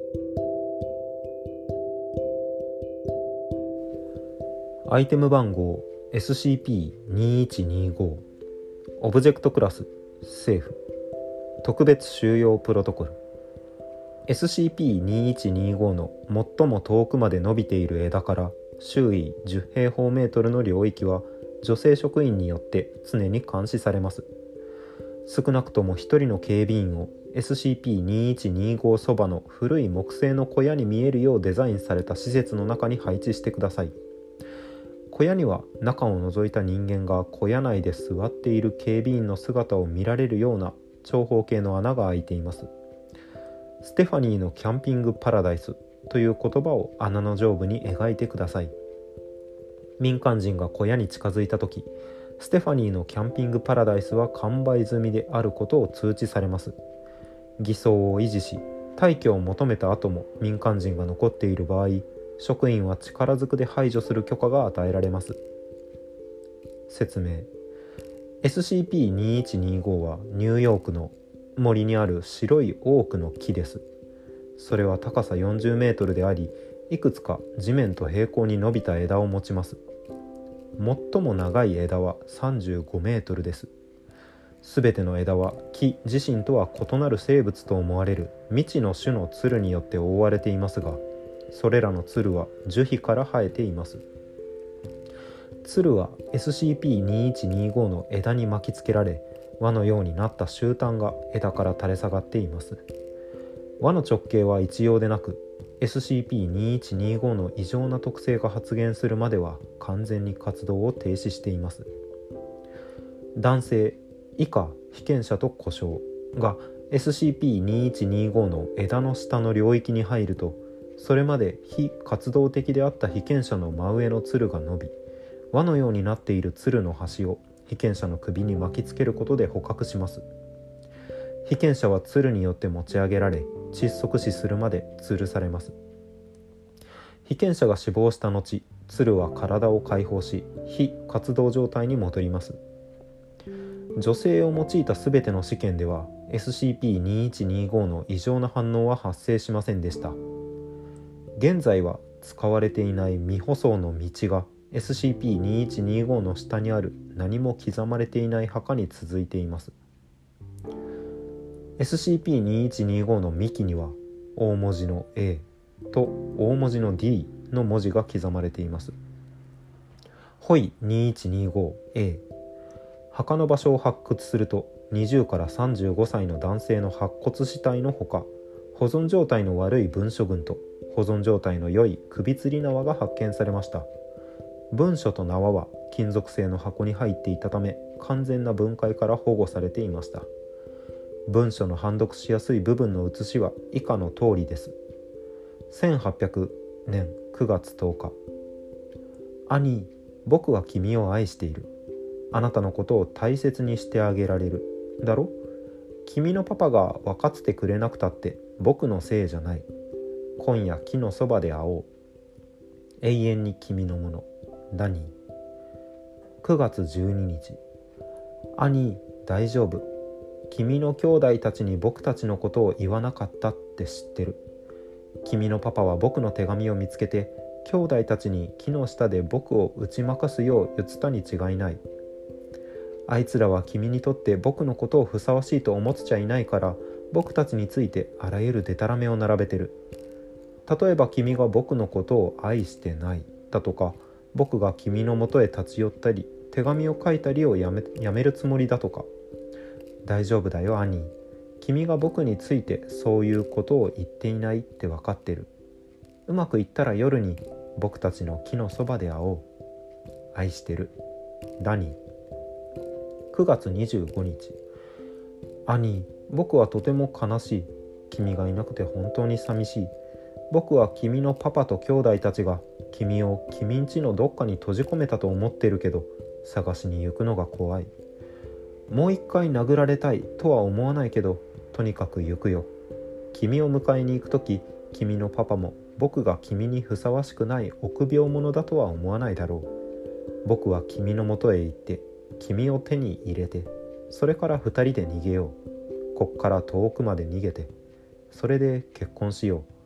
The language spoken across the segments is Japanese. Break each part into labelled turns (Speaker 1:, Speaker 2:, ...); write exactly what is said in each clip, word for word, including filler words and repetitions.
Speaker 1: アイテム番号 エスシーピーにいちにご オブジェクトクラス政府特別収容プロトコル エスシーピーにいちにご の最も遠くまで伸びている枝から周囲じゅう平方メートルの領域は女性職員によって常に監視されます。少なくともひとりの警備員を エスシーピーにいちにご そばの古い木製の小屋に見えるようデザインされた施設の中に配置してください。小屋には中を覗いた人間が小屋内で座っている警備員の姿を見られるような長方形の穴が開いています。ステファニーのキャンピングパラダイスという言葉を穴の上部に描いてください。民間人が小屋に近づいたとき、ステファニーのキャンピングパラダイスは完売済みであることを通知されます。偽装を維持し、退去を求めた後も民間人が残っている場合、職員は力ずくで排除する許可が与えられます。説明。 エスシーピーにいちにご はニューヨークの森にある白いオークの木です。それは高さよんじゅうメートルであり、いくつか地面と平行に伸びた枝を持ちます。最も長い枝はさんじゅうごメートルです。すべての枝は木自身とは異なる生物と思われる未知の種のつるによって覆われていますが、それらのつるは樹皮から生えています。つるは エスシーピーにいちにご の枝に巻きつけられ、輪のようになった終端が枝から垂れ下がっています。輪の直径は一様でなく、 エスシーピーにいちにご の異常な特性が発現するまでは完全に活動を停止しています。男性、以下被験者と呼称が エスシーピーにいちにご の枝の下の領域に入ると、それまで非活動的であった被験者の真上のつるが伸び、輪のようになっているつるの端を被験者の首に巻きつけることで捕獲します。被験者はつるによって持ち上げられ、窒息死するまで吊るされます。被験者が死亡した後、つるは体を解放し、非活動状態に戻ります。女性を用いたすべての試験では エスシーピーにいちにご の異常な反応は発生しませんでした。現在は使われていない未舗装の道が エスシーピーにいちにご の下にある何も刻まれていない墓に続いています。 エスシーピーにいちにご の幹には大文字の A と大文字の D の文字が刻まれています。ホイ にいちにごエー、 墓の場所を発掘するとにじゅうからさんじゅうごさいの男性の白骨死体のほか、保存状態の悪い文書群と保存状態の良い首吊り縄が発見されました。文書と縄は金属製の箱に入っていたため、完全な分解から保護されていました。文書の判読しやすい部分の写しは以下の通りです。せんはっぴゃくねんくがつとおか、兄、僕は君を愛している。あなたのことを大切にしてあげられる。だろ？君のパパが分かってくれなくたって僕のせいじゃない。今夜木のそばで会おう。永遠に君のもの、ダニー。くがつじゅうににち、兄、大丈夫。君の兄弟たちに僕たちのことを言わなかったって知ってる。君のパパは僕の手紙を見つけて、兄弟たちに木の下で僕を打ち負かすよう言ったに違いない。あいつらは君にとって僕のことをふさわしいと思っちゃいないから、僕たちについてあらゆるデタラメを並べてる。例えば君が僕のことを愛してないだとか、僕が君のもとへ立ち寄ったり手紙を書いたりをやめ、やめるつもりだとか。大丈夫だよ兄、君が僕についてそういうことを言っていないって分かってる。うまくいったら夜に僕たちの木のそばで会おう。愛してる、ダニー。くがつにじゅうごにち、兄、僕はとても悲しい。君がいなくて本当に寂しい。僕は君のパパと兄弟たちが君を君ん家のどっかに閉じ込めたと思ってるけど、探しに行くのが怖い。もう一回殴られたいとは思わないけど、とにかく行くよ。君を迎えに行くとき、君のパパも僕が君にふさわしくない臆病者だとは思わないだろう。僕は君のもとへ行って君を手に入れて、それから二人で逃げよう。こっから遠くまで逃げて、それで結婚しよう。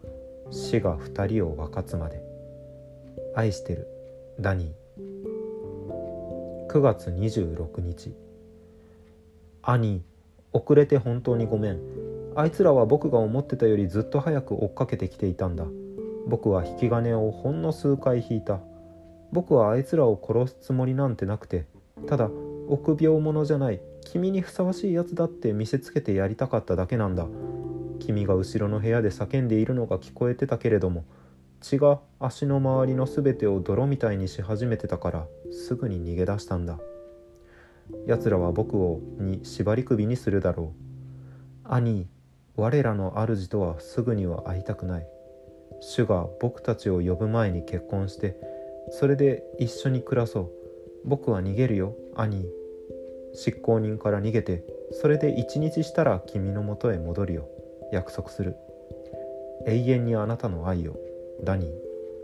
Speaker 1: 死が二人を分かつまで。愛してる、ダニー。くがつにじゅうろくにち。兄、遅れて本当にごめん。あいつらは僕が思ってたよりずっと早く追っかけてきていたんだ。僕は引き金をほんの数回引いた。僕はあいつらを殺すつもりなんてなくて、ただ臆病者じゃない、君にふさわしいやつだって見せつけてやりたかっただけなんだ。君が後ろの部屋で叫んでいるのが聞こえてたけれども、血が足の周りのすべてを泥みたいにし始めてたからすぐに逃げ出したんだ。奴らは僕をに縛り首にするだろう。兄、我らの主とはすぐには会いたくない。主が僕たちを呼ぶ前に結婚して、それで一緒に暮らそう。僕は逃げるよ、兄。執行人から逃げて、それで一日したら君のもとへ戻るよ。約束する。永遠にあなたの愛を、ダニー。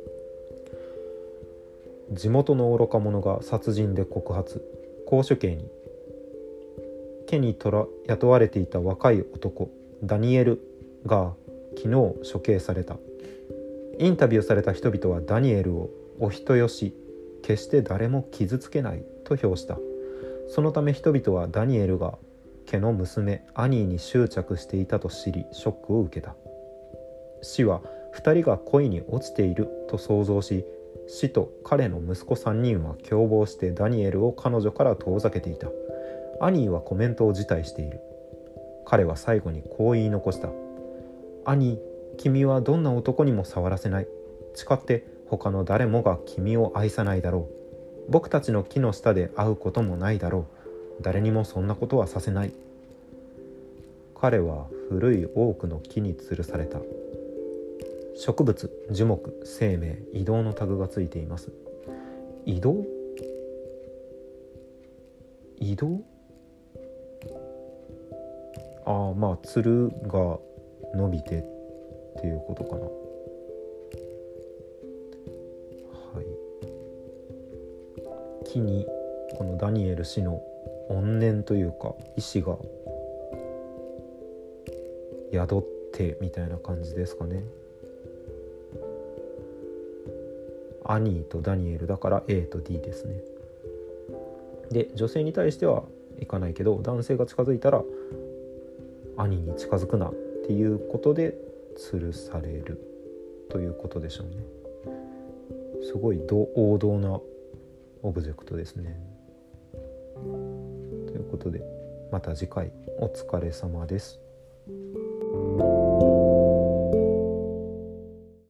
Speaker 1: 地元の愚か者が殺人で告発。公主刑に。家にとら雇われていた若い男、ダニエルが昨日処刑された。インタビューされた人々はダニエルをお人よし、決して誰も傷つけないと評した。そのため人々はダニエルが家の娘アニーに執着していたと知りショックを受けた。死は二人が恋に落ちていると想像し、死と彼の息子三人は共謀してダニエルを彼女から遠ざけていた。アニーはコメントを辞退している。彼は最後にこう言い残した。アニー、君はどんな男にも触らせない。誓って他の誰もが君を愛さないだろう。僕たちの木の下で会うこともないだろう。誰にもそんなことはさせない。彼は古い多くの木に吊るされた。植物、樹木、生命、移動のタグがついています。移動？移動？ああ、まあつるが伸びてっていうことかな。はい。木にこのダニエル氏の怨念というか意志が宿ってみたいな感じですかね。アニーとダニエルだから A と D ですね。で、女性に対してはいかないけど、男性が近づいたらアニーに近づくなっていうことで吊るされるということでしょうね。すごい王道なオブジェクトですね。ということでまた次回お疲れ様です。